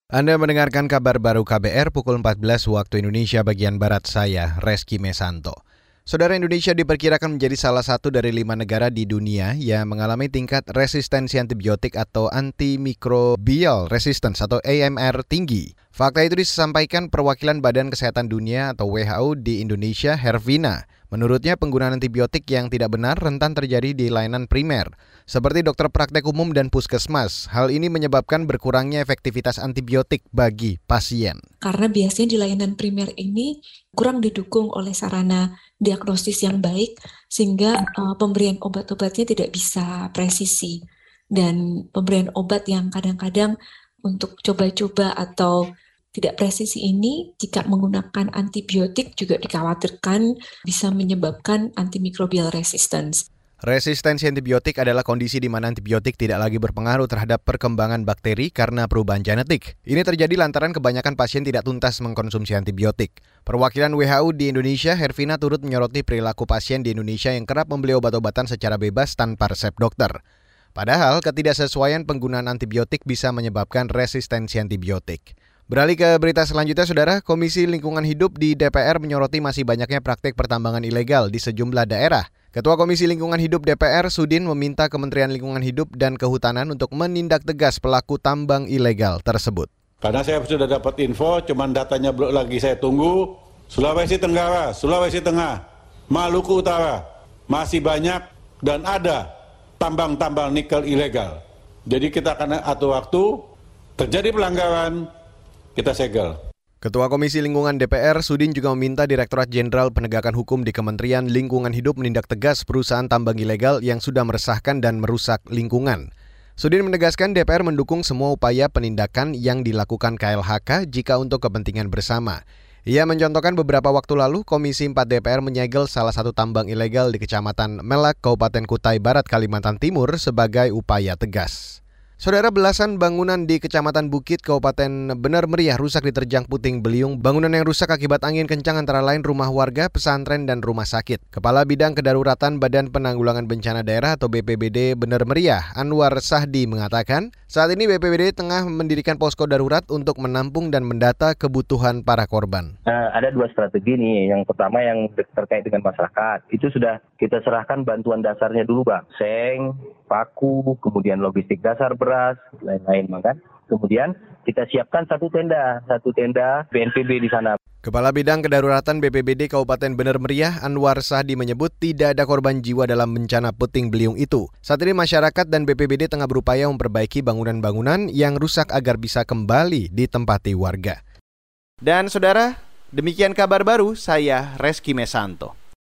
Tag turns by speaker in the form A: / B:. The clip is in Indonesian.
A: Anda mendengarkan kabar baru KBR pukul 14 waktu Indonesia bagian Barat, saya Reski Mesanto. Saudara, Indonesia diperkirakan menjadi salah satu dari 5 negara di dunia yang mengalami tingkat resistensi antibiotik atau antimicrobial resistance atau AMR tinggi. Fakta itu disampaikan perwakilan Badan Kesehatan Dunia atau WHO di Indonesia, Hervina. Menurutnya, penggunaan antibiotik yang tidak benar rentan terjadi di layanan primer, seperti dokter praktek umum dan puskesmas. Hal ini menyebabkan berkurangnya efektivitas antibiotik bagi pasien.
B: Karena biasanya di layanan primer ini kurang didukung oleh sarana diagnostis yang baik, sehingga pemberian obat-obatnya tidak bisa presisi. Dan pemberian obat yang kadang-kadang untuk coba-coba atau tidak presisi ini, jika menggunakan antibiotik juga dikhawatirkan bisa menyebabkan antimicrobial resistance.
A: Resistensi antibiotik adalah kondisi di mana antibiotik tidak lagi berpengaruh terhadap perkembangan bakteri karena perubahan genetik. Ini terjadi lantaran kebanyakan pasien tidak tuntas mengkonsumsi antibiotik. Perwakilan WHO di Indonesia, Hervina, turut menyoroti perilaku pasien di Indonesia yang kerap membeli obat-obatan secara bebas tanpa resep dokter. Padahal, ketidaksesuaian penggunaan antibiotik bisa menyebabkan resistensi antibiotik. Beralih ke berita selanjutnya, Saudara. Komisi Lingkungan Hidup di DPR menyoroti masih banyaknya praktik pertambangan ilegal di sejumlah daerah. Ketua Komisi Lingkungan Hidup DPR, Sudin, meminta Kementerian Lingkungan Hidup dan Kehutanan untuk menindak tegas pelaku tambang ilegal tersebut.
C: Karena saya sudah dapat info, cuman datanya belum lagi saya tunggu. Sulawesi Tenggara, Sulawesi Tengah, Maluku Utara, masih banyak dan ada tambang-tambang nikel ilegal. Jadi kita akan atur waktu, terjadi pelanggaran, kita segel.
A: Ketua Komisi Lingkungan DPR, Sudin, juga meminta Direktorat Jenderal Penegakan Hukum di Kementerian Lingkungan Hidup menindak tegas perusahaan tambang ilegal yang sudah meresahkan dan merusak lingkungan. Sudin menegaskan DPR mendukung semua upaya penindakan yang dilakukan KLHK jika untuk kepentingan bersama. Ia mencontohkan beberapa waktu lalu Komisi 4 DPR menyegel salah satu tambang ilegal di Kecamatan Melak, Kabupaten Kutai Barat, Kalimantan Timur sebagai upaya tegas. Saudara, belasan bangunan di Kecamatan Bukit, Kabupaten Bener Meriah rusak diterjang puting beliung. Bangunan yang rusak akibat angin kencang antara lain rumah warga, pesantren, dan rumah sakit. Kepala Bidang Kedaruratan Badan Penanggulangan Bencana Daerah atau BPBD Bener Meriah, Anwar Sahdi, mengatakan saat ini BPBD tengah mendirikan posko darurat untuk menampung dan mendata kebutuhan para korban.
D: Ada dua strategi nih. Yang pertama yang terkait dengan masyarakat. Itu sudah kita serahkan bantuan dasarnya dulu, Bang. Seng, paku, kemudian logistik dasar beras, lain-lain, kan. Kemudian kita siapkan satu tenda BNPB di sana.
A: Kepala Bidang Kedaruratan BPBD Kabupaten Bener Meriah, Anwar Sahdi, menyebut tidak ada korban jiwa dalam bencana puting beliung itu. Saat ini masyarakat dan BPBD tengah berupaya memperbaiki bangunan-bangunan yang rusak agar bisa kembali ditempati warga. Dan Saudara, demikian kabar baru, saya Reski Mesanto.